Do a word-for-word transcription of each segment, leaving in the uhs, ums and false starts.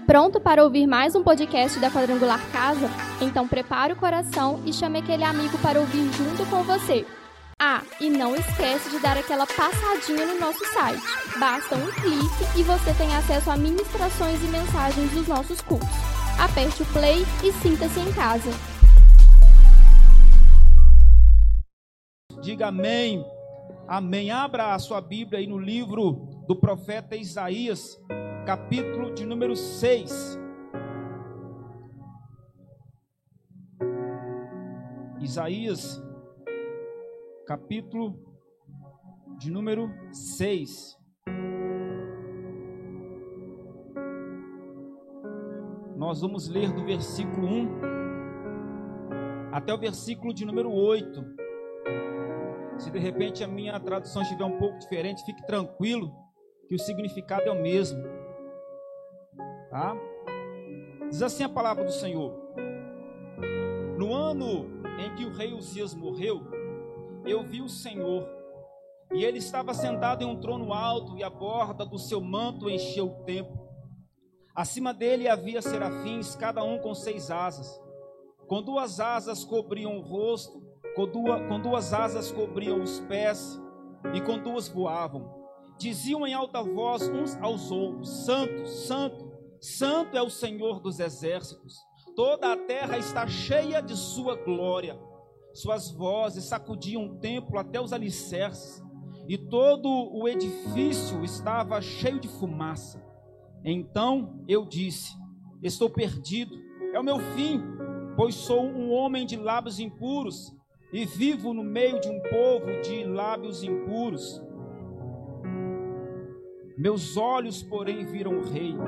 Pronto para ouvir mais um podcast da Quadrangular Casa? Então prepare o coração e chame aquele amigo para ouvir junto com você. Ah, e não esquece de dar aquela passadinha no nosso site. Basta um clique e você tem acesso a ministrações e mensagens dos nossos cultos. Aperte o play e sinta-se em casa. Diga amém. Amém. Abra a sua Bíblia aí no livro do profeta Isaías, capítulo de número seis. Isaías, capítulo de número seis. Nós vamos ler do versículo um até o versículo de número oito. Se de repente a minha tradução estiver um pouco diferente, fique tranquilo que o significado é o mesmo. Tá? Diz assim a palavra do Senhor: no ano em que o rei Uzias morreu, eu vi o Senhor, e ele estava sentado em um trono alto, e a borda do seu manto encheu o templo. Acima dele havia serafins, cada um com seis asas. Com duas asas cobriam o rosto, com duas, com duas asas cobriam os pés, e com duas voavam. Diziam em alta voz uns aos outros: Santo, Santo, Santo é o Senhor dos exércitos. Toda a terra está cheia de sua glória. Suas vozes sacudiam o templo até os alicerces, e todo o edifício estava cheio de fumaça. Então eu disse: estou perdido, é o meu fim, pois sou um homem de lábios impuros, e vivo no meio de um povo de lábios impuros. Meus olhos, porém, viram o Rei,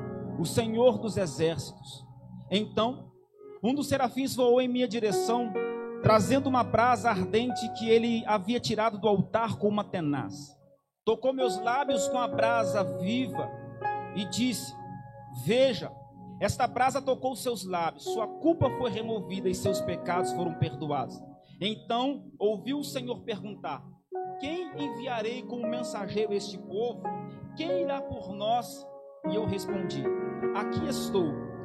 o Senhor dos exércitos. Então, um dos serafins voou em minha direção, trazendo uma brasa ardente que ele havia tirado do altar com uma tenaz. Tocou meus lábios com a brasa viva e disse: veja, esta brasa tocou seus lábios, sua culpa foi removida e seus pecados foram perdoados. Então ouvi o Senhor perguntar: quem enviarei como mensageiro este povo? Quem irá por nós? E eu respondi: aqui estou,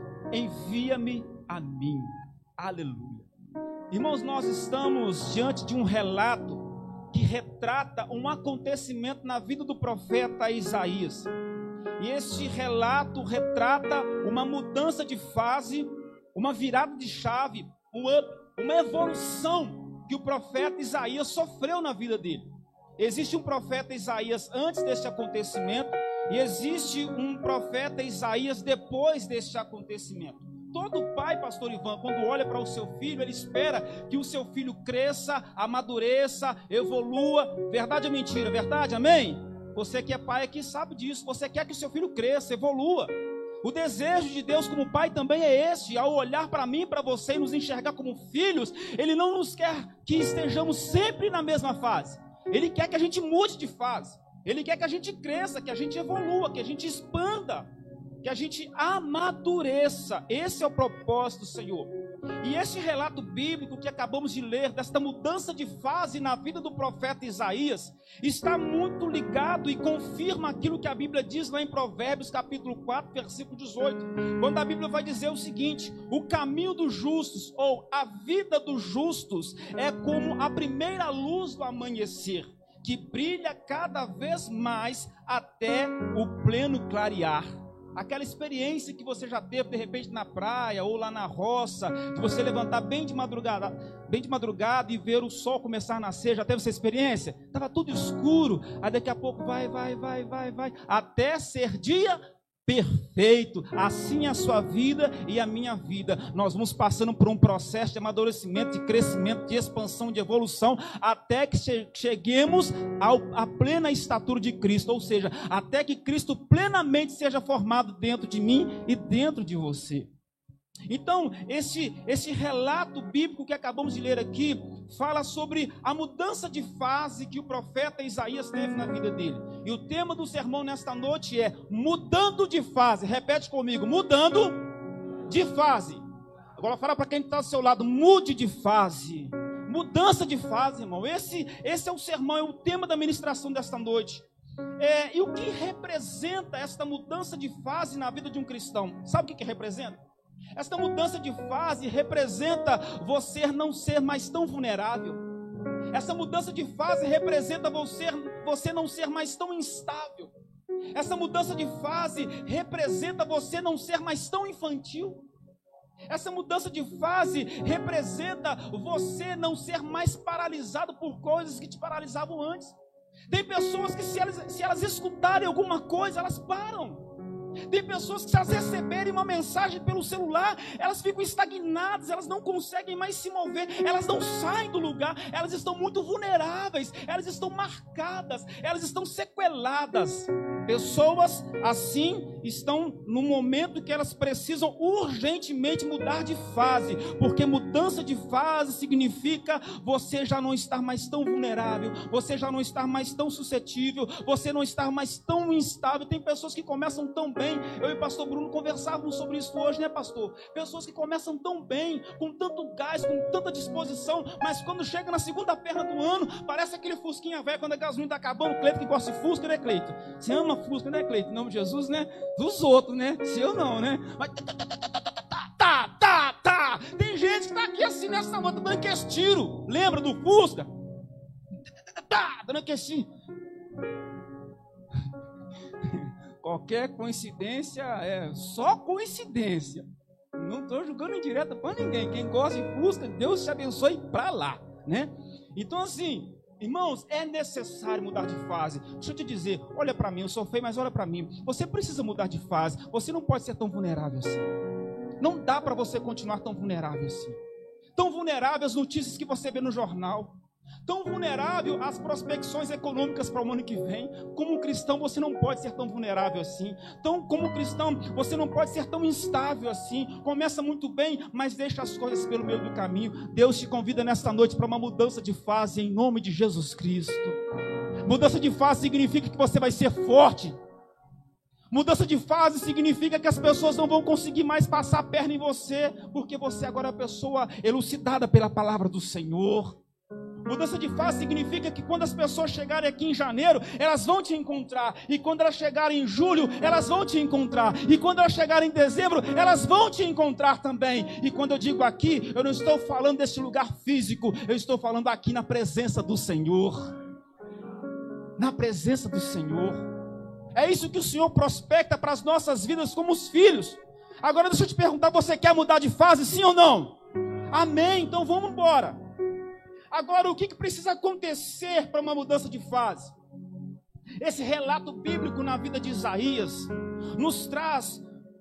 envia-me a mim. Aleluia. Irmãos, nós estamos diante de um relato que retrata um acontecimento na vida do profeta Isaías. E este relato retrata uma mudança de fase, uma virada de chave, uma evolução que o profeta Isaías sofreu na vida dele. Existe um profeta Isaías antes deste acontecimento e existe um profeta Isaías depois deste acontecimento. Todo pai, pastor Ivan, quando olha para o seu filho, ele espera que o seu filho cresça, amadureça, evolua. Verdade ou mentira? Verdade, amém? Você que é pai aqui sabe disso. Você quer que o seu filho cresça, evolua. O desejo de Deus como pai também é este. Ao olhar para mim, para você e nos enxergar como filhos, Ele não nos quer que estejamos sempre na mesma fase. Ele quer que a gente mude de fase. Ele quer que a gente cresça, que a gente evolua, que a gente expanda, que a gente amadureça. Esse é o propósito do Senhor. E esse relato bíblico que acabamos de ler, desta mudança de fase na vida do profeta Isaías, está muito ligado e confirma aquilo que a Bíblia diz lá em Provérbios capítulo quatro, versículo dezoito, quando a Bíblia vai dizer o seguinte: o caminho dos justos, ou a vida dos justos, é como a primeira luz do amanhecer, que brilha cada vez mais até o pleno clarear. Aquela experiência que você já teve de repente na praia ou lá na roça, de você levantar bem de madrugada, bem de madrugada e ver o sol começar a nascer. Já teve essa experiência? Estava tudo escuro, aí daqui a pouco vai, vai, vai, vai, vai, até ser dia perfeito. Assim é a sua vida e a minha vida. Nós vamos passando por um processo de amadurecimento, de crescimento, de expansão, de evolução, até que cheguemos ao, à plena estatura de Cristo, ou seja, até que Cristo plenamente seja formado dentro de mim e dentro de você. Então, esse, esse relato bíblico que acabamos de ler aqui fala sobre a mudança de fase que o profeta Isaías teve na vida dele. E o tema do sermão nesta noite é mudando de fase. Repete comigo: mudando de fase. Agora fala para quem está ao seu lado: mude de fase. Mudança de fase, irmão. Esse, esse é o sermão, é o tema da ministração desta noite. É, e o que representa esta mudança de fase na vida de um cristão? Sabe o que, que representa? Esta mudança de fase representa você não ser mais tão vulnerável. Essa mudança de fase representa você, você não ser mais tão instável. Essa mudança de fase representa você não ser mais tão infantil. Essa mudança de fase representa você não ser mais paralisado por coisas que te paralisavam antes. Tem pessoas que se elas, se elas escutarem alguma coisa, elas param. Tem pessoas que se elas receberem uma mensagem pelo celular, elas ficam estagnadas, elas não conseguem mais se mover, elas não saem do lugar, elas estão muito vulneráveis, elas estão marcadas, elas estão sequeladas. Pessoas assim estão no momento que elas precisam urgentemente mudar de fase, porque mudança de fase significa você já não estar mais tão vulnerável, você já não estar mais tão suscetível, você não estar mais tão instável. Tem pessoas que começam tão bem, eu e o pastor Bruno conversávamos sobre isso hoje, né, pastor? Pessoas que começam tão bem, com tanto gás, com tanta disposição, mas quando chega na segunda perna do ano, parece aquele fusquinha velho, quando a gasolina está acabando. Cleito que gosta de fusca, né, Cleito? Você ama fusca, né, Cleito? Em nome de Jesus, né? Dos outros, né? Seu não, né? Mas tá, tá, tá, tá. Tem gente que tá aqui assim nessa moto dando aquele tiro. Lembra do fusca? Tá, dando aquele tiro. Qualquer coincidência é só coincidência. Não estou julgando indireta para ninguém. Quem gosta de fusca, Deus te abençoe para lá, né? Então assim, irmãos, é necessário mudar de fase. Deixa eu te dizer, olha para mim, eu sou feio, mas olha para mim. Você precisa mudar de fase. Você não pode ser tão vulnerável assim. Não dá para você continuar tão vulnerável assim. Tão vulnerável às notícias que você vê no jornal. Tão vulnerável às prospecções econômicas para o ano que vem. Como um cristão, você não pode ser tão vulnerável assim. Então, como cristão, você não pode ser tão instável assim. Começa muito bem, mas deixa as coisas pelo meio do caminho. Deus te convida nesta noite para uma mudança de fase em nome de Jesus Cristo. Mudança de fase significa que você vai ser forte. Mudança de fase significa que as pessoas não vão conseguir mais passar a perna em você, porque você agora é uma pessoa elucidada pela palavra do Senhor. Mudança de fase significa que quando as pessoas chegarem aqui em janeiro, elas vão te encontrar. E quando elas chegarem em julho, elas vão te encontrar. E quando elas chegarem em dezembro, elas vão te encontrar também. E quando eu digo aqui, eu não estou falando desse lugar físico, eu estou falando aqui na presença do Senhor. Na presença do Senhor. É isso que o Senhor prospecta para as nossas vidas como os filhos. Agora deixa eu te perguntar, você quer mudar de fase, sim ou não? Amém, então vamos embora. Agora, o que, que precisa acontecer para uma mudança de fase? Esse relato bíblico na vida de Isaías nos traz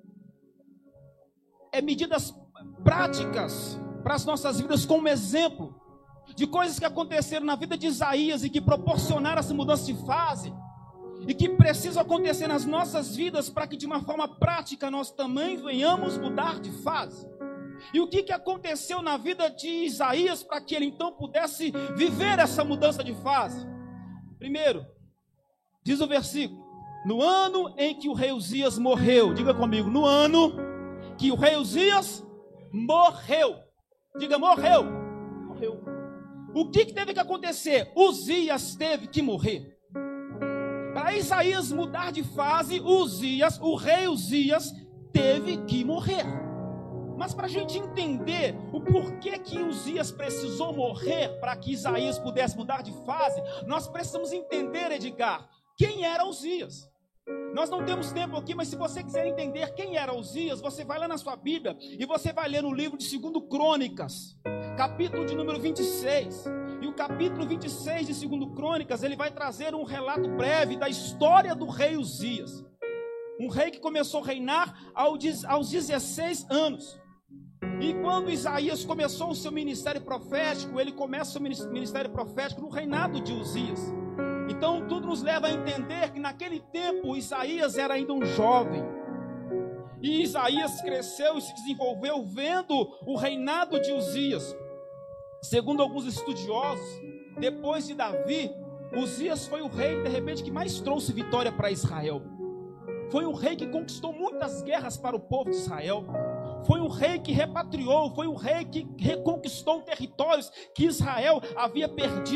é, medidas práticas para as nossas vidas como exemplo de coisas que aconteceram na vida de Isaías e que proporcionaram essa mudança de fase e que precisam acontecer nas nossas vidas para que de uma forma prática nós também venhamos mudar de fase. E o que, que aconteceu na vida de Isaías para que ele então pudesse viver essa mudança de fase? Primeiro, diz o versículo, no ano em que o rei Uzias morreu, diga comigo, no ano que o rei Uzias morreu, diga morreu, morreu. O que, que teve que acontecer? Uzias teve que morrer. Para Isaías mudar de fase, Uzias, o rei Uzias teve que morrer. Mas para a gente entender o porquê que Uzias precisou morrer para que Isaías pudesse mudar de fase, nós precisamos entender, Edgar, quem era Uzias. Nós não temos tempo aqui, mas se você quiser entender quem era Uzias, você vai lá na sua Bíblia e você vai ler no livro de Segundo Crônicas, capítulo de número vinte e seis. E o capítulo vinte e seis de Segundo Crônicas, ele vai trazer um relato breve da história do rei Uzias. Um rei que começou a reinar aos dezesseis anos. E quando Isaías começou o seu ministério profético, ele começa o seu ministério profético no reinado de Uzias. Então tudo nos leva a entender que naquele tempo Isaías era ainda um jovem. E Isaías cresceu e se desenvolveu vendo o reinado de Uzias. Segundo alguns estudiosos, depois de Davi, Uzias foi o rei, de repente, que mais trouxe vitória para Israel. Foi um rei que conquistou muitas guerras para o povo de Israel. Foi um rei que repatriou, foi um rei que reconquistou territórios que Israel havia perdido.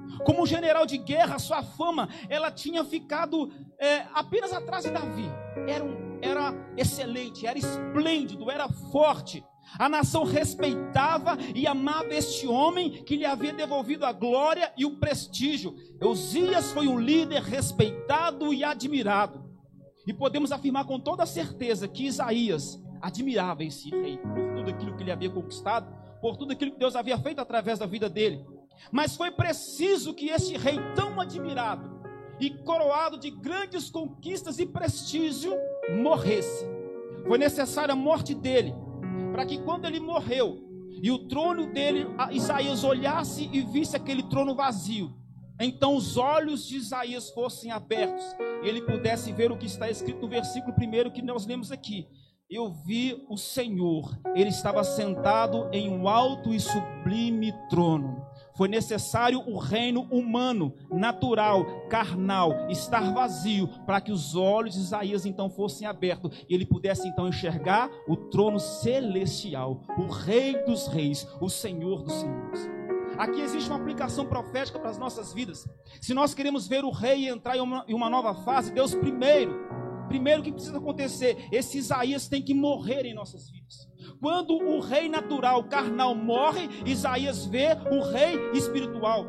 Como general de guerra, sua fama, ela tinha ficado é, apenas atrás de Davi. Era, um, era excelente, era esplêndido, era forte. A nação respeitava e amava este homem que lhe havia devolvido a glória e o prestígio. Uzias foi um líder respeitado e admirado. E podemos afirmar com toda certeza que Isaías admirava esse rei por tudo aquilo que ele havia conquistado, por tudo aquilo que Deus havia feito através da vida dele. Mas foi preciso que este rei tão admirado e coroado de grandes conquistas e prestígio morresse. Foi necessária a morte dele, para que quando ele morreu e o trono dele, Isaías olhasse e visse aquele trono vazio, então os olhos de Isaías fossem abertos e ele pudesse ver o que está escrito no versículo primeiro que nós lemos aqui. Eu vi o Senhor, ele estava sentado em um alto e sublime trono. Foi necessário o reino humano, natural, carnal, estar vazio, para que os olhos de Isaías então fossem abertos e ele pudesse então enxergar o trono celestial, o Rei dos Reis, o Senhor dos Senhores. Aqui existe uma aplicação profética para as nossas vidas. Se nós queremos ver o Rei entrar em uma, em uma nova fase, Deus primeiro, primeiro o que precisa acontecer? Esse Isaías tem que morrer em nossas vidas. Quando o rei natural, carnal, morre, Isaías vê o rei espiritual.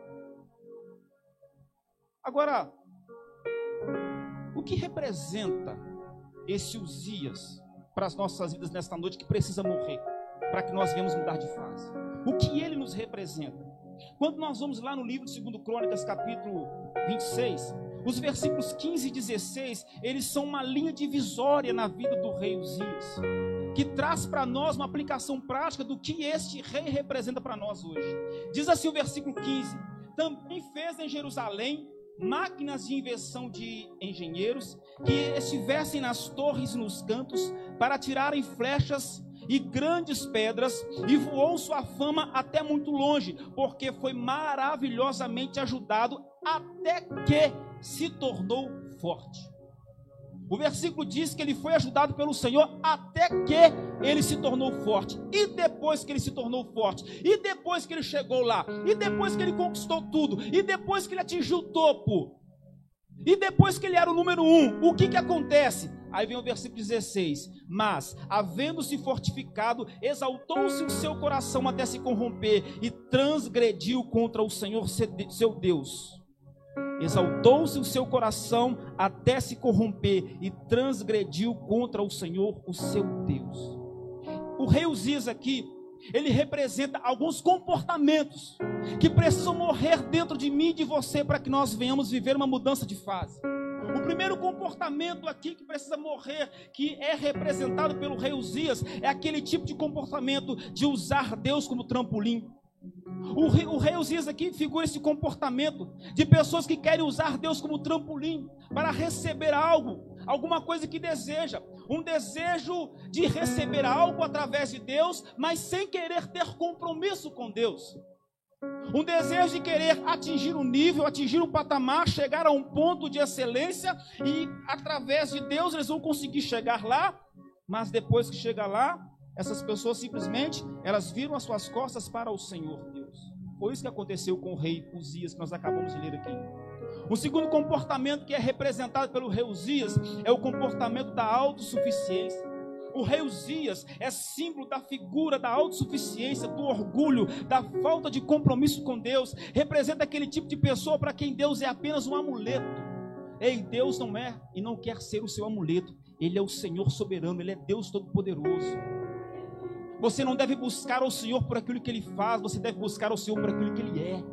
Agora, o que representa esse Uzias para as nossas vidas nesta noite que precisa morrer, para que nós venhamos mudar de fase? O que ele nos representa? Quando nós vamos lá no livro de Segunda Crônicas, capítulo vinte e seis, os versículos quinze e dezesseis, eles são uma linha divisória na vida do rei Uzias, que traz para nós uma aplicação prática do que este rei representa para nós hoje. Diz assim o versículo quinze: também fez em Jerusalém máquinas de invenção de engenheiros, que estivessem nas torres e nos cantos, para tirarem flechas e grandes pedras, e voou sua fama até muito longe, porque foi maravilhosamente ajudado, até que se tornou forte. O versículo diz que ele foi ajudado pelo Senhor até que ele se tornou forte. E depois que ele se tornou forte, e depois que ele chegou lá, e depois que ele conquistou tudo, e depois que ele atingiu o topo, e depois que ele era o número um, o que que acontece? Aí vem o versículo dezesseis: mas, havendo-se fortificado, exaltou-se o seu coração até se corromper, e transgrediu contra o Senhor seu Deus. Exaltou-se o seu coração até se corromper e transgrediu contra o Senhor, o seu Deus. O rei Uzias aqui, ele representa alguns comportamentos que precisam morrer dentro de mim e de você para que nós venhamos viver uma mudança de fase. O primeiro comportamento aqui que precisa morrer, que é representado pelo rei Uzias, é aquele tipo de comportamento de usar Deus como trampolim. O rei, o rei Uzias aqui figura esse comportamento de pessoas que querem usar Deus como trampolim para receber algo, alguma coisa que deseja, um desejo de receber algo através de Deus, mas sem querer ter compromisso com Deus. Um desejo de querer atingir um nível, atingir um patamar, chegar a um ponto de excelência, e através de Deus eles vão conseguir chegar lá, mas depois que chega lá, essas pessoas simplesmente, elas viram as suas costas para o Senhor Deus. Foi isso que aconteceu com o rei Uzias, que nós acabamos de ler aqui. O segundo comportamento que é representado pelo rei Uzias é o comportamento da autossuficiência. O rei Uzias é símbolo da figura da autossuficiência, do orgulho, da falta de compromisso com Deus. Representa aquele tipo de pessoa para quem Deus é apenas um amuleto. Ei, Deus não é e não quer ser o seu amuleto. Ele é o Senhor soberano, Ele é Deus todo-poderoso. Você não deve buscar ao Senhor por aquilo que Ele faz, você deve buscar ao Senhor por aquilo que Ele é.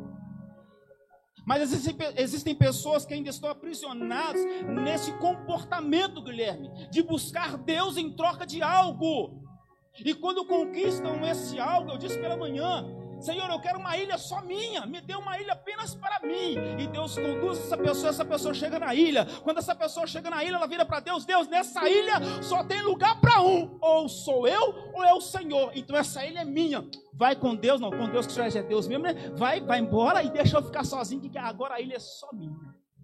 Mas existem, existem pessoas que ainda estão aprisionadas nesse comportamento, Guilherme, de buscar Deus em troca de algo. E quando conquistam esse algo, eu disse pela manhã: Senhor, eu quero uma ilha só minha, me dê uma ilha apenas para mim. E Deus conduz essa pessoa, essa pessoa chega na ilha. Quando essa pessoa chega na ilha, ela vira para Deus: Deus, nessa ilha só tem lugar para um, ou sou eu ou é o Senhor, então essa ilha é minha. Vai com Deus, não, com Deus que já é Deus mesmo, né? Vai, vai embora e deixa eu ficar sozinho, que agora a ilha é só minha.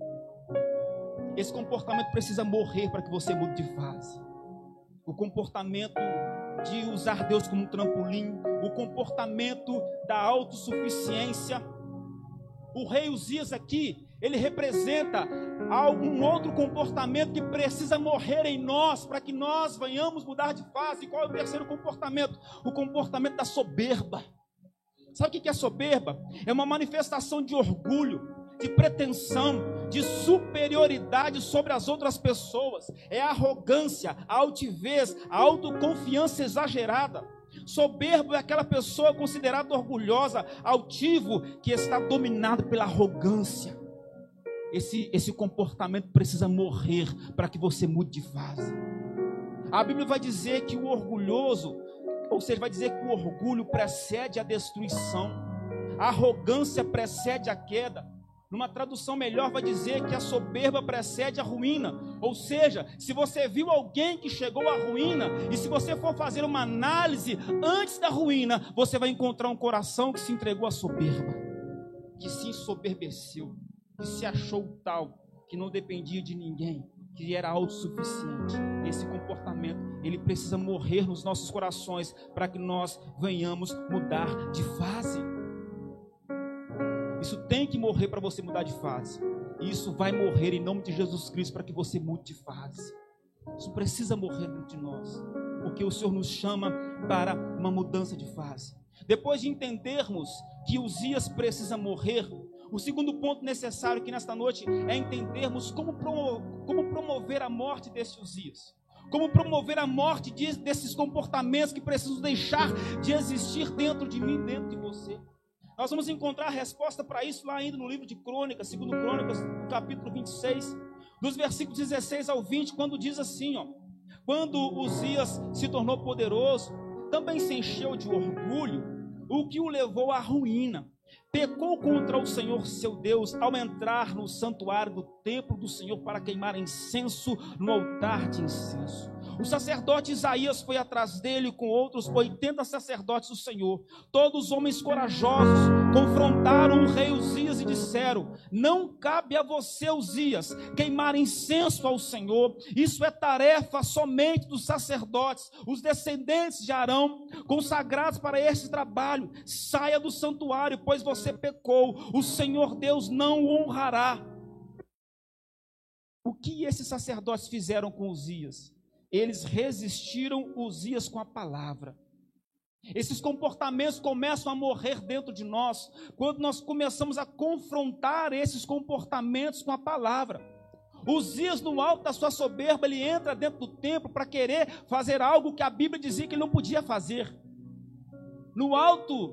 Esse comportamento precisa morrer para que você mude de fase. O comportamento de usar Deus como um trampolim, o comportamento da autossuficiência. O rei Uzias aqui, ele representa algum outro comportamento que precisa morrer em nós, para que nós venhamos mudar de fase. E qual é o terceiro comportamento? O comportamento da soberba. Sabe o que é soberba? É uma manifestação de orgulho, de pretensão, de superioridade sobre as outras pessoas. É a arrogância, a altivez, a autoconfiança exagerada. Soberbo é aquela pessoa considerada orgulhosa, altivo, que está dominado pela arrogância. Esse, esse comportamento precisa morrer para que você mude de fase. A Bíblia vai dizer que o orgulhoso, ou seja, vai dizer que o orgulho precede a destruição, a arrogância precede a queda. Numa tradução melhor vai dizer que a soberba precede a ruína. Ou seja, se você viu alguém que chegou à ruína, e se você for fazer uma análise antes da ruína, você vai encontrar um coração que se entregou à soberba, que se ensoberbeceu, que se achou tal, que não dependia de ninguém, que era autossuficiente. Esse comportamento, ele precisa morrer nos nossos corações, para que nós venhamos mudar de fase. Isso tem que morrer para você mudar de fase. E isso vai morrer em nome de Jesus Cristo para que você mude de fase. Isso precisa morrer dentro de nós, porque o Senhor nos chama para uma mudança de fase. Depois de entendermos que Uzias precisa morrer, o segundo ponto necessário aqui nesta noite é entendermos como promover, como promover a morte desse Uzias. Como promover a morte de, desses comportamentos que precisam deixar de existir dentro de mim, dentro de você. Nós vamos encontrar a resposta para isso lá ainda no livro de Crônicas, segundo Crônicas, no capítulo vinte e seis, dos versículos dezesseis ao vinte, quando diz assim, ó: quando Uzias se tornou poderoso, também se encheu de orgulho, o que o levou à ruína. Pecou contra o Senhor seu Deus ao entrar no santuário do templo do Senhor para queimar incenso no altar de incenso. O sacerdote Isaías foi atrás dele com outros oitenta sacerdotes do Senhor. Todos homens corajosos confrontaram o rei Uzias e disseram: não cabe a você, Uzias, queimar incenso ao Senhor. Isso é tarefa somente dos sacerdotes, os descendentes de Arão, consagrados para esse trabalho. Saia do santuário, pois você pecou. O Senhor Deus não o honrará. O que esses sacerdotes fizeram com Uzias? Eles resistiram Uzias com a palavra. Esses comportamentos começam a morrer dentro de nós quando nós começamos a confrontar esses comportamentos com a palavra. Uzias, no alto da sua soberba, ele entra dentro do templo para querer fazer algo que a Bíblia dizia que ele não podia fazer. No alto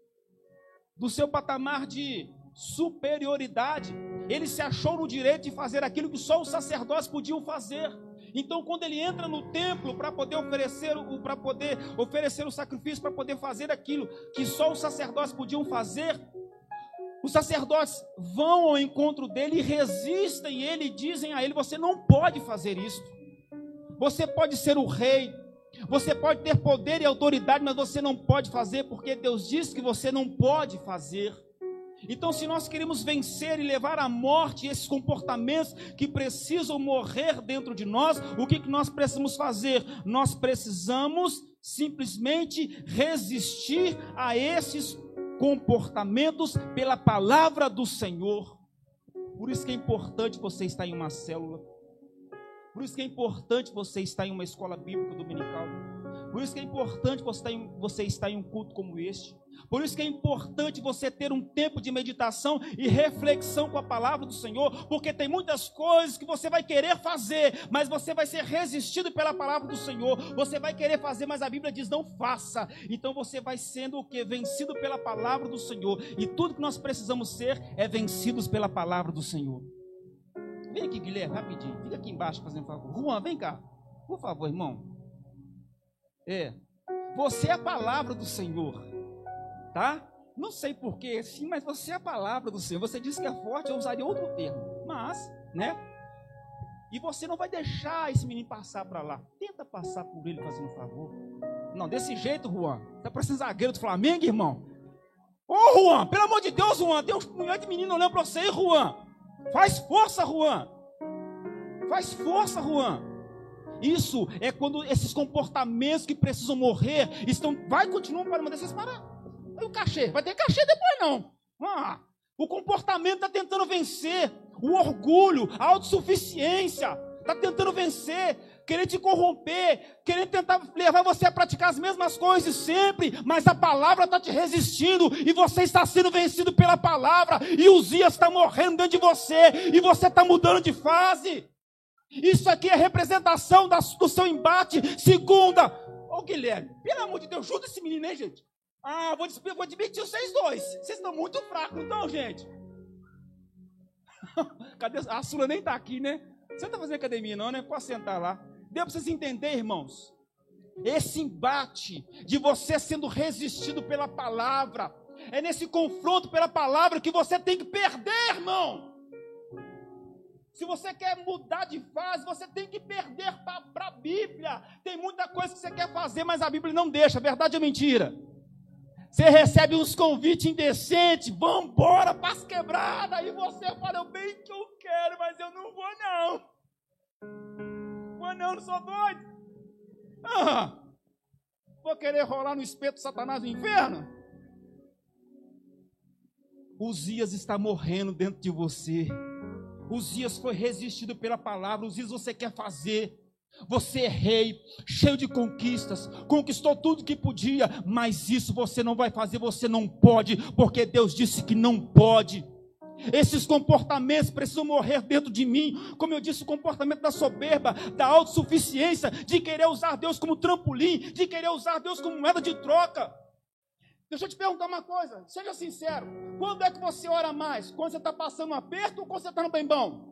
do seu patamar de superioridade, ele se achou no direito de fazer aquilo que só os sacerdotes podiam fazer. Então, quando ele entra no templo para poder oferecer o para poder oferecer o sacrifício, para poder fazer aquilo que só os sacerdotes podiam fazer, os sacerdotes vão ao encontro dele e resistem ele, e dizem a ele: você não pode fazer isso. Você pode ser o rei, você pode ter poder e autoridade, mas você não pode fazer, porque Deus diz que você não pode fazer. Então, se nós queremos vencer e levar à morte esses comportamentos que precisam morrer dentro de nós, o que, que nós precisamos fazer? Nós precisamos simplesmente resistir a esses comportamentos pela palavra do Senhor. Por isso que é importante você estar em uma célula. Por isso que é importante você estar em uma escola bíblica dominical. Por isso que é importante você estar em, você estar em um culto como este. Por isso que é importante você ter um tempo de meditação e reflexão com a palavra do Senhor, porque tem muitas coisas que você vai querer fazer, mas você vai ser resistido pela palavra do Senhor. Você vai querer fazer, mas a Bíblia diz: não faça. Então você vai sendo o que? Vencido pela palavra do Senhor. E tudo que nós precisamos ser é vencidos pela palavra do Senhor. Vem aqui, Guilherme, rapidinho. Fica aqui embaixo fazendo favor. Juan, vem cá. Por favor, irmão. É. Você é a palavra do Senhor. Tá? Não sei porquê, sim, mas você é a palavra do Senhor. Você disse que é forte, eu usaria outro termo. Mas, né? E você não vai deixar esse menino passar para lá. Tenta passar por ele, fazendo um favor. Não, desse jeito, Juan. Tá parecendo zagueiro do Flamengo, irmão? Ô, Juan, pelo amor de Deus, Juan. Tem um milhão de meninos olhando para você aí, Juan. Faz força, Juan. Faz força, Juan. Isso é quando esses comportamentos que precisam morrer estão. Vai continuar para uma dessas parar. E o cachê? Vai ter cachê depois não. Ah, O comportamento está tentando vencer. O orgulho, a autossuficiência, está tentando vencer, querendo te corromper, querendo tentar levar você a praticar as mesmas coisas sempre, mas a palavra está te resistindo, e você está sendo vencido pela palavra, e Uzias está morrendo dentro de você, e você está mudando de fase. Isso aqui é representação da, do seu embate. Segunda, ô oh, Guilherme, pelo amor de Deus, ajuda esse menino, hein, gente? Ah, vou, vou admitir vocês dois, vocês estão muito fracos, então, gente. Cadê? A Sula nem está aqui, né? Você não está fazendo academia não, né? Pode sentar lá. Deu para vocês entenderem, irmãos? Esse embate de você sendo resistido pela palavra, é nesse confronto pela palavra que você tem que perder, irmão. Se você quer mudar de fase, você tem que perder para a Bíblia. Tem muita coisa que você quer fazer, mas a Bíblia não deixa. Verdade ou mentira? Você recebe uns convites indecentes, vamos embora para as quebradas, aí você fala, bem que eu quero, mas eu não vou não. Vou não, não sou doido. Ah, vou querer rolar no espeto de Satanás no inferno? Uzias está morrendo dentro de você. Uzias foi resistido pela palavra. Uzias, você quer fazer. Você é rei, cheio de conquistas, conquistou tudo que podia, mas isso você não vai fazer, você não pode, porque Deus disse que não pode. Esses comportamentos precisam morrer dentro de mim. Como eu disse, o comportamento da soberba, da autossuficiência, de querer usar Deus como trampolim, de querer usar Deus como moeda de troca. Deixa eu te perguntar uma coisa, seja sincero, quando é que você ora mais? Quando você está passando um aperto ou quando você está no bem bom?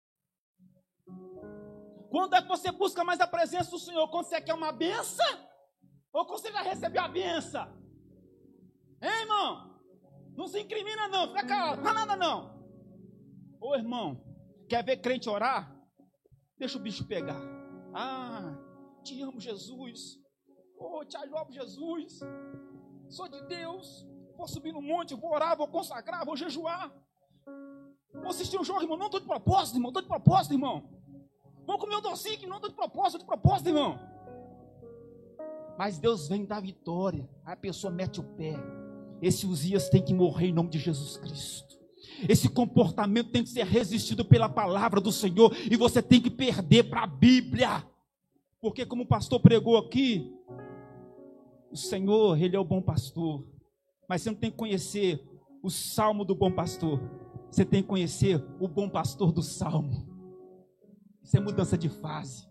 Quando é que você busca mais a presença do Senhor? Quando você quer uma benção? Ou quando você já recebeu a benção? Hein, irmão? Não se incrimina não, fica calado, não faz nada não. Ô irmão, quer ver crente orar? Deixa o bicho pegar. Ah, te amo Jesus. Oh, te louvo Jesus. Sou de Deus. Vou subir no monte, vou orar, vou consagrar, vou jejuar. Vou assistir um jogo, irmão. Não estou de propósito, irmão. Estou de propósito, irmão. Vamos comer um docinho que não estou de propósito, de propósito, irmão. Mas Deus vem dar vitória. Aí a pessoa mete o pé. Esse Uzias tem que morrer em nome de Jesus Cristo. Esse comportamento tem que ser resistido pela palavra do Senhor. E você tem que perder para a Bíblia. Porque como o pastor pregou aqui, o Senhor, Ele é o bom pastor. Mas você não tem que conhecer o salmo do bom pastor. Você tem que conhecer o bom pastor do salmo. Isso é mudança de fase.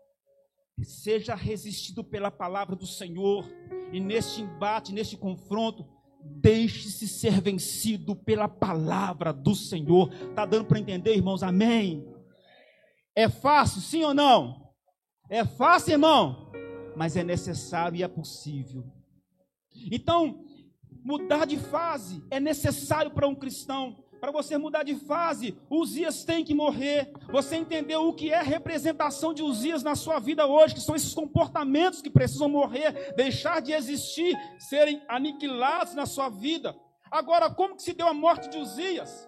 Seja resistido pela palavra do Senhor. E neste embate, neste confronto, deixe-se ser vencido pela palavra do Senhor. Está dando para entender, irmãos? Amém? É fácil, sim ou não? É fácil, irmão? Mas é necessário e é possível. Então, mudar de fase é necessário para um cristão. Para você mudar de fase, Uzias tem que morrer. Você entendeu o que é a representação de Uzias na sua vida hoje, que são esses comportamentos que precisam morrer, deixar de existir, serem aniquilados na sua vida. Agora, como que se deu a morte de Uzias?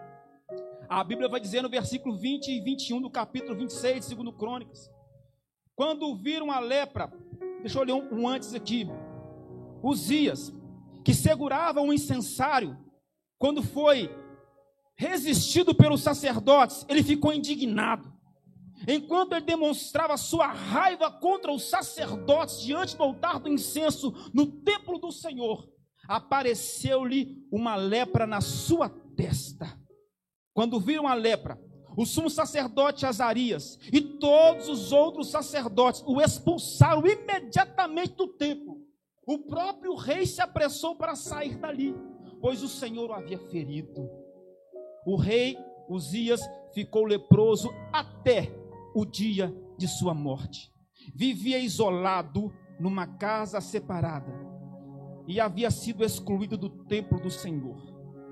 A Bíblia vai dizer no versículo vinte e vinte e um do capítulo vinte e seis de segundo Crônicas. Quando viram a lepra, deixa eu ler um, um antes aqui. Uzias, que segurava um incensário, quando foi resistido pelos sacerdotes, ele ficou indignado. Enquanto ele demonstrava sua raiva contra os sacerdotes diante do altar do incenso no templo do Senhor, apareceu-lhe uma lepra na sua testa. Quando viram a lepra, o sumo sacerdote Azarias e todos os outros sacerdotes o expulsaram imediatamente do templo. O próprio rei se apressou para sair dali, pois o Senhor o havia ferido. O rei Uzias ficou leproso até o dia de sua morte. Vivia isolado numa casa separada e havia sido excluído do templo do Senhor.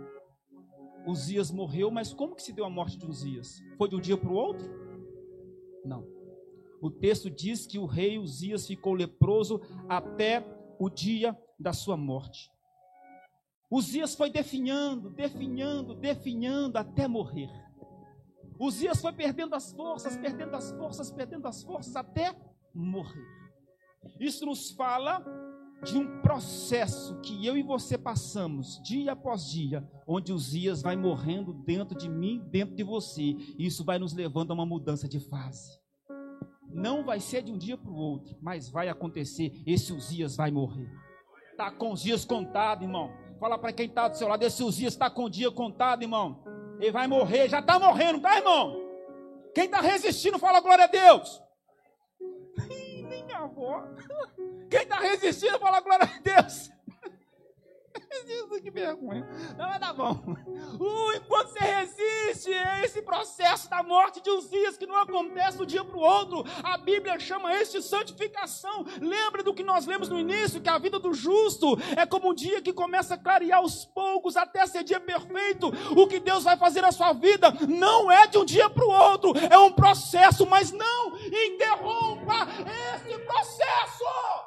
Uzias morreu, mas como que se deu a morte de Uzias? Foi de um dia para o outro? Não. O texto diz que o rei Uzias ficou leproso até o dia da sua morte. Uzias foi definhando, definhando, definhando até morrer. Uzias foi perdendo as forças, perdendo as forças, perdendo as forças até morrer. Isso nos fala de um processo que eu e você passamos dia após dia, onde Uzias vai morrendo dentro de mim, dentro de você, e isso vai nos levando a uma mudança de fase. Não vai ser de um dia para o outro, mas vai acontecer. Esse Uzias vai morrer. Está com os dias contados, irmão. Fala para quem está do seu lado, esse Uzias está com o dia contado, irmão. Ele vai morrer, já está morrendo, tá, irmão? Quem está resistindo, fala glória a Deus. Nem minha avó. Quem está resistindo, fala glória a Deus. Que vergonha. Não, mas tá bom. Uh, enquanto você resiste a esse processo da morte de Uzias, que não acontece de um dia para o outro, a Bíblia chama isso de santificação. Lembra do que nós lemos no início, que a vida do justo é como um dia que começa a clarear aos poucos até ser dia perfeito. O que Deus vai fazer na sua vida não é de um dia para o outro, é um processo, mas não interrompa esse processo.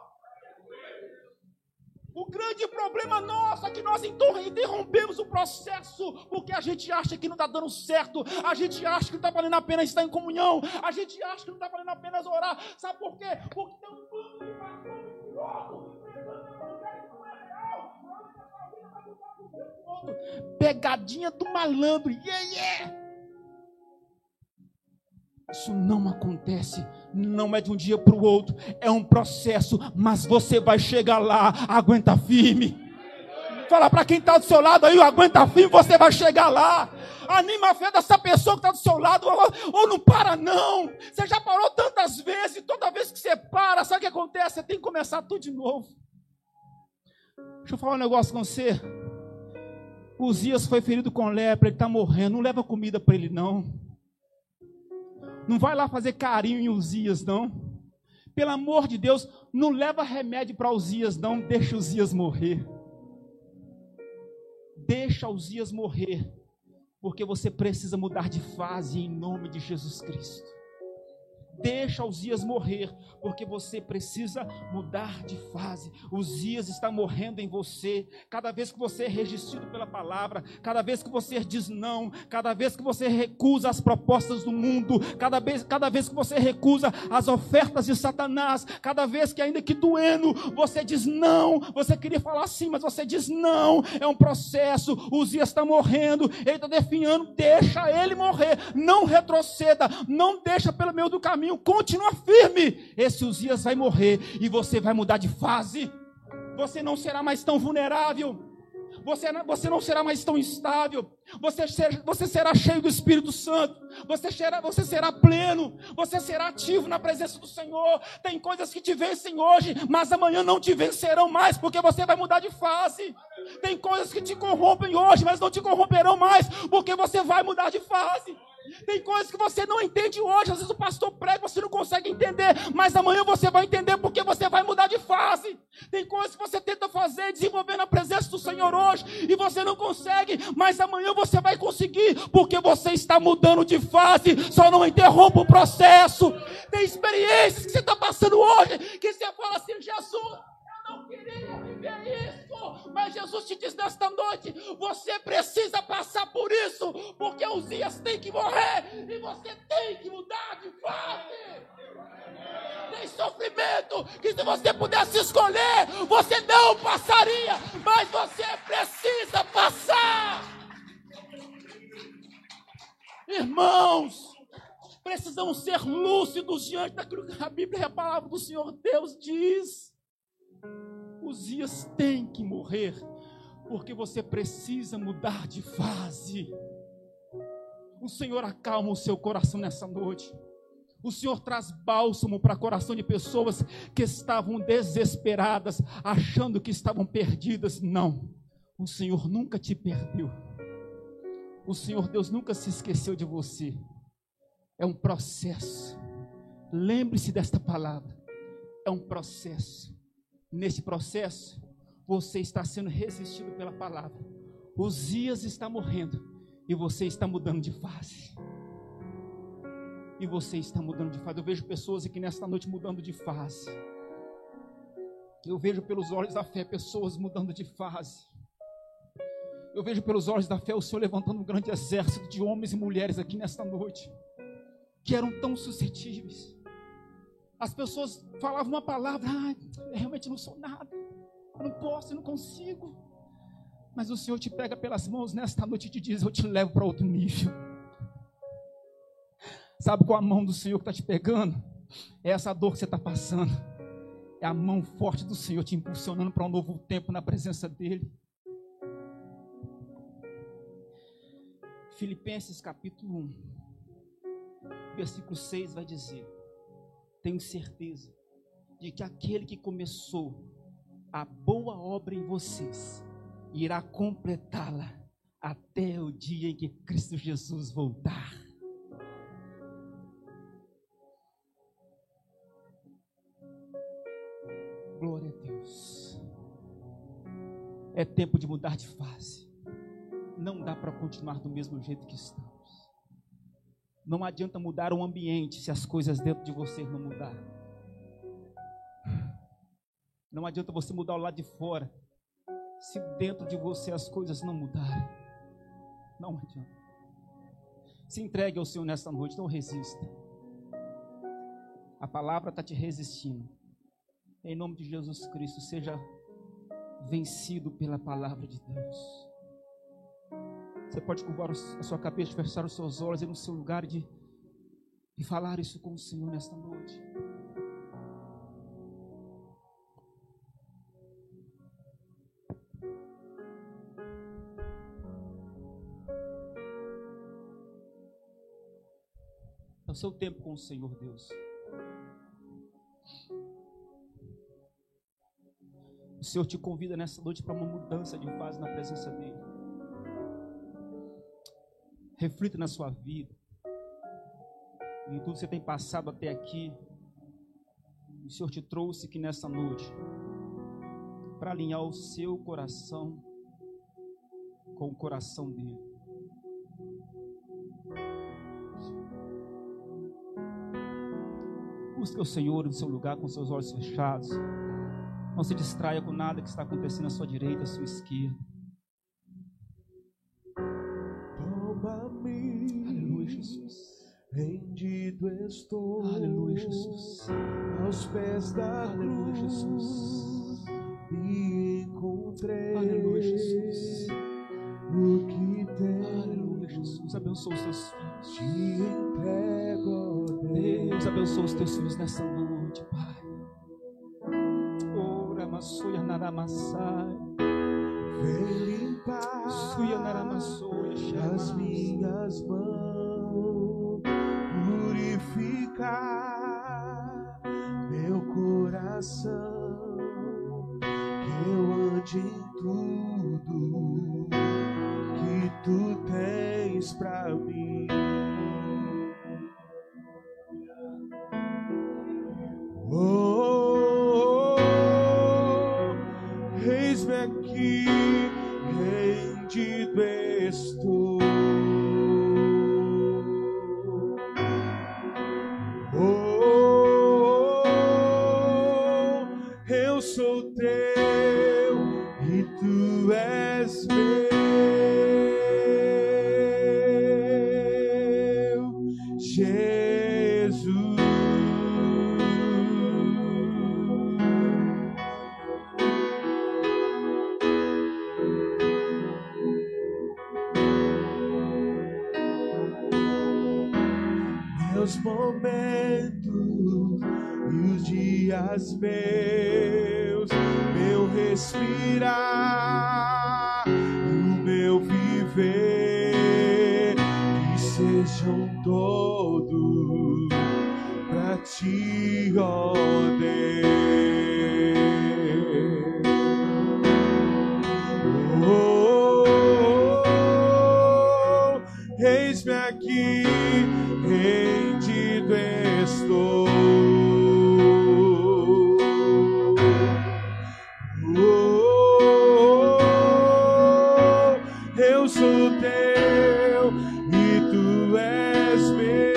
O grande problema nosso é que nós interrompemos o processo porque a gente acha que não está dando certo, a gente acha que não está valendo a pena estar em comunhão, a gente acha que não está valendo a pena orar. Sabe por quê? Porque tem um bando de pastores mentirosos, pegadinha do malandro, yeah, yeah. Isso não acontece, não é de um dia para o outro, é um processo, mas você vai chegar lá, aguenta firme. Fala para quem está do seu lado aí, aguenta firme, você vai chegar lá. Anima a fé dessa pessoa que está do seu lado, ou, ou não para não. Você já parou tantas vezes, toda vez que você para, sabe o que acontece? Você tem que começar tudo de novo. Deixa eu falar um negócio com você. Uzias foi ferido com lepra, ele está morrendo, não leva comida para ele não. Não vai lá fazer carinho em Uzias, não. Pelo amor de Deus, não leva remédio para Uzias, não. Deixa Uzias morrer. Deixa Uzias morrer. Porque você precisa mudar de fase em nome de Jesus Cristo. Deixa Uzias morrer, porque você precisa mudar de fase. Uzias está morrendo em você. Cada vez que você é resistido pela palavra, cada vez que você diz não, cada vez que você recusa as propostas do mundo, cada vez, cada vez que você recusa as ofertas de Satanás, cada vez que ainda que doendo, você diz não, você queria falar sim, mas você diz não, é um processo. Uzias está morrendo, ele está definhando, deixa ele morrer, não retroceda, não deixa pelo meio do caminho, continua firme. Esse Uzias vai morrer e você vai mudar de fase. Você não será mais tão vulnerável. Você, você não será mais tão instável. Você, ser, você será cheio do Espírito Santo. Você será, você será pleno. Você será ativo na presença do Senhor. Tem coisas que te vencem hoje, mas amanhã não te vencerão mais, porque você vai mudar de fase. Tem coisas que te corrompem hoje, mas não te corromperão mais, porque você vai mudar de fase. Tem coisas que você não entende hoje, às vezes o pastor prega, você não consegue entender, mas amanhã você vai entender porque você vai mudar de fase. Tem coisas que você tenta fazer, desenvolver na presença do Senhor hoje, e você não consegue, mas amanhã você vai conseguir, porque você está mudando de fase. Só não interrompa o processo. Tem experiências que você está passando hoje, que você fala assim: Jesus, não queria viver isso, mas Jesus te diz nesta noite: você precisa passar por isso, porque Uzias tem que morrer e você tem que mudar de fase. Tem sofrimento que, se você pudesse escolher, você não passaria, mas você precisa passar. Irmãos, precisamos ser lúcidos diante daquilo que a Bíblia e a palavra do Senhor Deus diz. Uzias tem que morrer, porque você precisa mudar de fase. O Senhor acalma o seu coração nessa noite. O Senhor traz bálsamo para o coração de pessoas que estavam desesperadas, achando que estavam perdidas. Não, o Senhor nunca te perdeu. O Senhor Deus nunca se esqueceu de você. É um processo. Lembre-se desta palavra. É um processo. Nesse processo, você está sendo resistido pela palavra. Uzias está morrendo e você está mudando de fase. E você está mudando de fase. Eu vejo pessoas aqui nesta noite mudando de fase. Eu vejo pelos olhos da fé pessoas mudando de fase. Eu vejo pelos olhos da fé o Senhor levantando um grande exército de homens e mulheres aqui nesta noite, que eram tão suscetíveis. As pessoas falavam uma palavra: ah, eu realmente não sou nada, Eu não posso, eu não consigo. Mas o Senhor te pega pelas mãos nesta noite e te diz: eu te levo para outro nível. Sabe qual a mão do Senhor que está te pegando? É essa dor que você está passando. É a mão forte do Senhor te impulsionando para um novo tempo na presença dEle. Filipenses capítulo um, versículo seis vai dizer: tenho certeza de que aquele que começou a boa obra em vocês irá completá-la até o dia em que Cristo Jesus voltar. Glória a Deus. É tempo de mudar de fase. Não dá para continuar do mesmo jeito que estamos. Não adianta mudar o ambiente se as coisas dentro de você não mudar. Não adianta você mudar o lado de fora se dentro de você as coisas não mudarem. Não adianta. Se entregue ao Senhor nesta noite, não resista. A palavra está te resistindo. Em nome de Jesus Cristo, seja vencido pela palavra de Deus. Você pode curvar a sua cabeça, fechar os seus olhos e no seu lugar de, de falar isso com o Senhor nesta noite. É o seu tempo com o Senhor, Deus. O Senhor te convida nessa noite para uma mudança de fase na presença dEle. Reflita na sua vida, em tudo que você tem passado até aqui. O Senhor te trouxe aqui nessa noite para alinhar o seu coração com o coração dEle. Busque o Senhor no seu lugar com seus olhos fechados. Não se distraia com nada que está acontecendo à sua direita, à sua esquerda. Aleluia, Jesus. Rendido estou. Aleluia, Jesus. Aos pés da Aleluia, cruz. Jesus. Me encontrei. Aleluia, Jesus. O que tem. Aleluia, Jesus. Abençoa os teus filhos. Te entrego, ó Deus. Deus abençoa os teus filhos nessa noite, Pai. Ora, massuia, naramassai. Vem limpar Suia, naramassuia, as minhas mãos, purificar meu coração, que eu ande em tudo que tu tens pra mim. Oh, oh, oh, eis-me aqui, rendido estou. Oh, oh, eu sou teu e tu és meu, Jesus. Meus momentos e os dias meus, meu respirar e o meu viver, que sejam todos pra ti, ó Deus. Oh, oh, oh, eis-me aqui, rendido estou. Oh, oh, eu sou teu e tu és meu.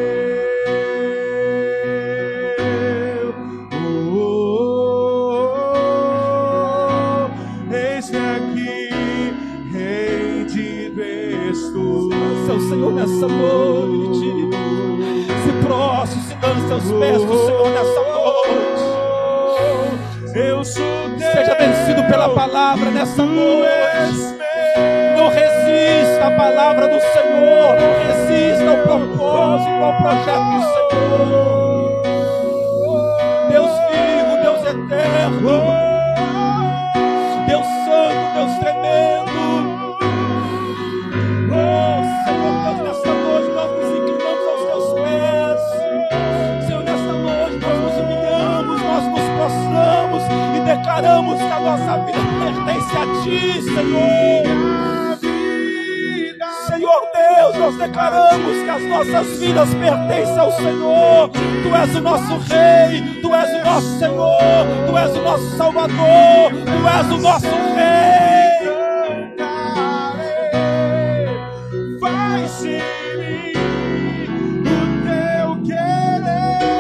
Oh, oh, oh, eis-me aqui, rendido estou. Descansa o Senhor nessa noite. Se prostre, se dando seus pés do Senhor nessa noite. Eu sou teu. Seja vencido pela palavra nessa noite. Não resista à palavra do Senhor. Não resista ao propósito, ao projeto do Senhor. Deus vivo, Deus eterno, Deus santo, Deus tremendo. Oh, Senhor Deus, nesta noite nós nos inclinamos aos teus pés. Senhor, nesta noite nós nos humilhamos, nós nos prostramos e declaramos que a nossa vida pertence a Ti, Senhor. Senhor Deus, nós declaramos que as nossas vidas pertencem ao Senhor. Tu és o nosso Rei, Tu és o nosso Senhor, Tu és o nosso Salvador, Tu és o nosso Rei. Faz em mim o Teu querer,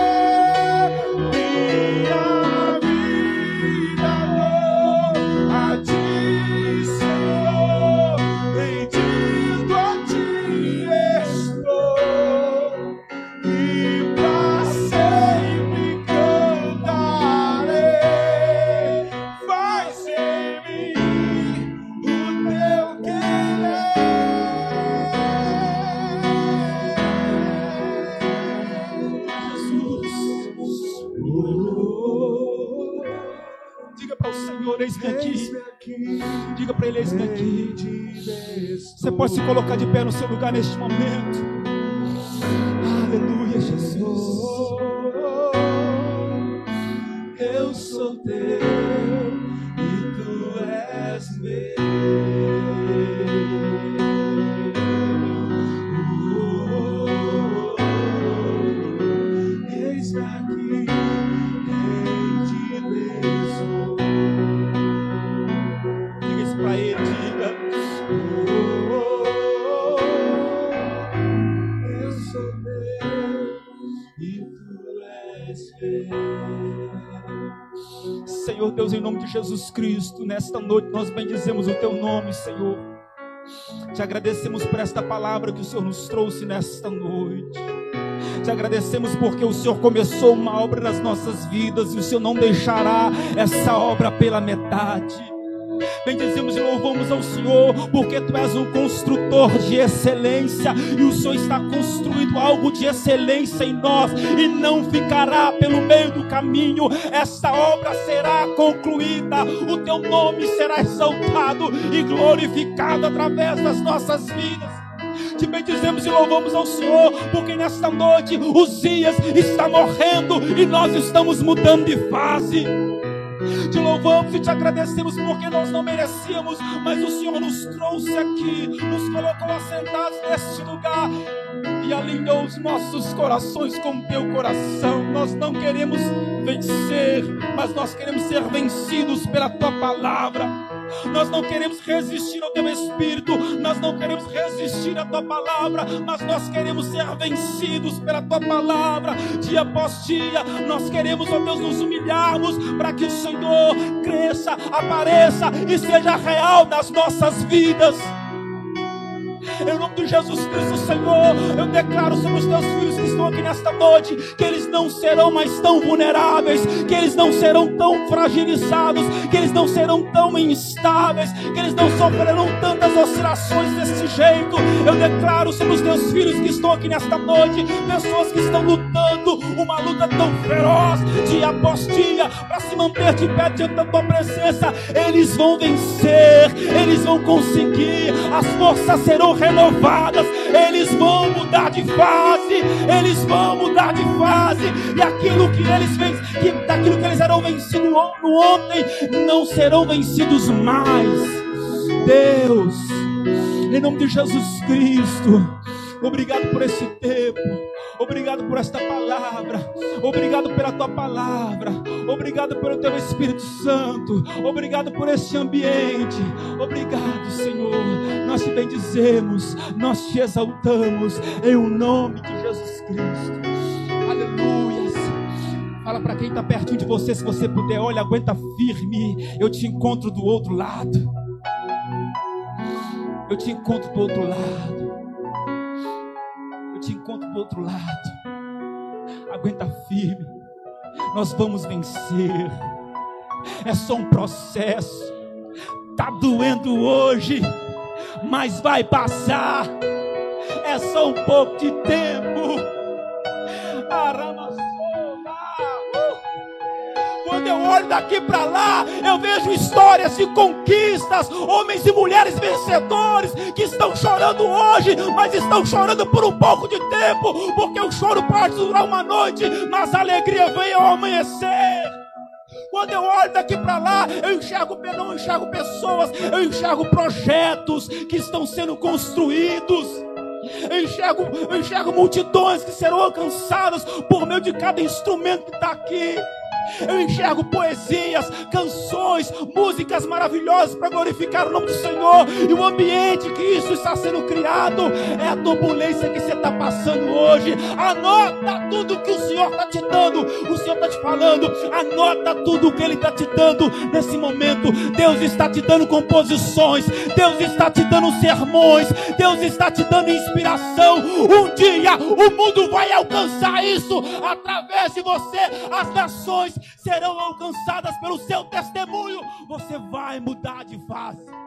minha vida dou a Ti, Senhor, rendido a Ti estou, e pra sempre cantarei. Faz em mim o Teu querer. Diga para o Senhor, eis-me aqui. Diga para Ele, eis-me aqui. Você pode se colocar de pé no seu lugar neste momento. Aleluia, Jesus. Eu sou Teu e Tu és meu. Eis-me aqui, rendido estou. Diga isso para Ele, diga. Eu sou Teu e Tu és meu. Senhor Deus, em nome de Jesus Cristo, nesta noite nós bendizemos o Teu nome, Senhor. Te agradecemos por esta palavra que o Senhor nos trouxe nesta noite. Te agradecemos porque o Senhor começou uma obra nas nossas vidas e o Senhor não deixará essa obra pela metade. Bendizemos e louvamos ao Senhor, porque Tu és um construtor de excelência e o Senhor está construindo algo de excelência em nós e não ficará pelo meio do caminho. Esta obra será concluída, o Teu nome será exaltado e glorificado através das nossas vidas. Te bendizemos e louvamos ao Senhor, porque nesta noite Uzias está morrendo e nós estamos mudando de fase. Te louvamos e te agradecemos porque nós não merecíamos, mas o Senhor nos trouxe aqui, nos colocou assentados neste lugar e alinhou os nossos corações com o Teu coração. Nós não queremos vencer, mas nós queremos ser vencidos pela Tua palavra. Nós não queremos resistir ao Teu Espírito, nós não queremos resistir à Tua palavra, mas nós queremos ser vencidos pela Tua palavra, dia após dia. Nós queremos, ó Deus, nos humilharmos para que o Senhor cresça, apareça e seja real nas nossas vidas. Em nome de Jesus Cristo, Senhor, eu declaro sobre os Teus filhos que estão aqui nesta noite, que eles não serão mais tão vulneráveis, que eles não serão tão fragilizados, que eles não serão tão instáveis, que eles não sofrerão tantas oscilações desse jeito. Eu declaro sobre os Teus filhos que estão aqui nesta noite, pessoas que estão lutando uma luta tão feroz, dia após dia, para se manter de pé diante da Tua presença. Eles vão vencer, eles vão conseguir, as forças serão renovadas, eles vão mudar de fase, eles vão mudar de fase, e aquilo que eles venc, que, daquilo que eles eram vencidos no ontem, não serão vencidos mais. Deus, em nome de Jesus Cristo, obrigado por esse tempo, obrigado por esta palavra, obrigado pela Tua palavra, obrigado pelo Teu Espírito Santo, obrigado por este ambiente, obrigado, Senhor. Nós Te bendizemos, nós Te exaltamos, em o nome de Jesus Cristo. Aleluia. Fala para quem está pertinho de você, se você puder, olha, aguenta firme, eu te encontro do outro lado, eu te encontro do outro lado. Eu te encontro do outro lado. Aguenta firme. Nós vamos vencer. É só um processo. Está doendo hoje, mas vai passar. É só um pouco de tempo. Quando eu olho daqui para lá, eu vejo histórias de conquistas, homens e mulheres vencedores que estão chorando hoje, mas estão chorando por um pouco de tempo, porque o choro pode durar uma noite, mas a alegria vem ao amanhecer. Quando eu olho daqui para lá, eu enxergo, não enxergo pessoas, eu enxergo projetos que estão sendo construídos. Eu enxergo, eu enxergo multidões que serão alcançadas por meio de cada instrumento que está aqui. Eu enxergo poesias, canções, músicas maravilhosas para glorificar o nome do Senhor. E o ambiente que isso está sendo criado é a turbulência que você está passando hoje. Anota tudo que o Senhor está te dando. O Senhor está te falando. Anota tudo que Ele está te dando nesse momento. Deus está te dando composições. Deus está te dando sermões. Deus está te dando inspiração. Um dia o mundo vai alcançar isso através de você. As nações serão alcançadas pelo seu testemunho. Você vai mudar de face.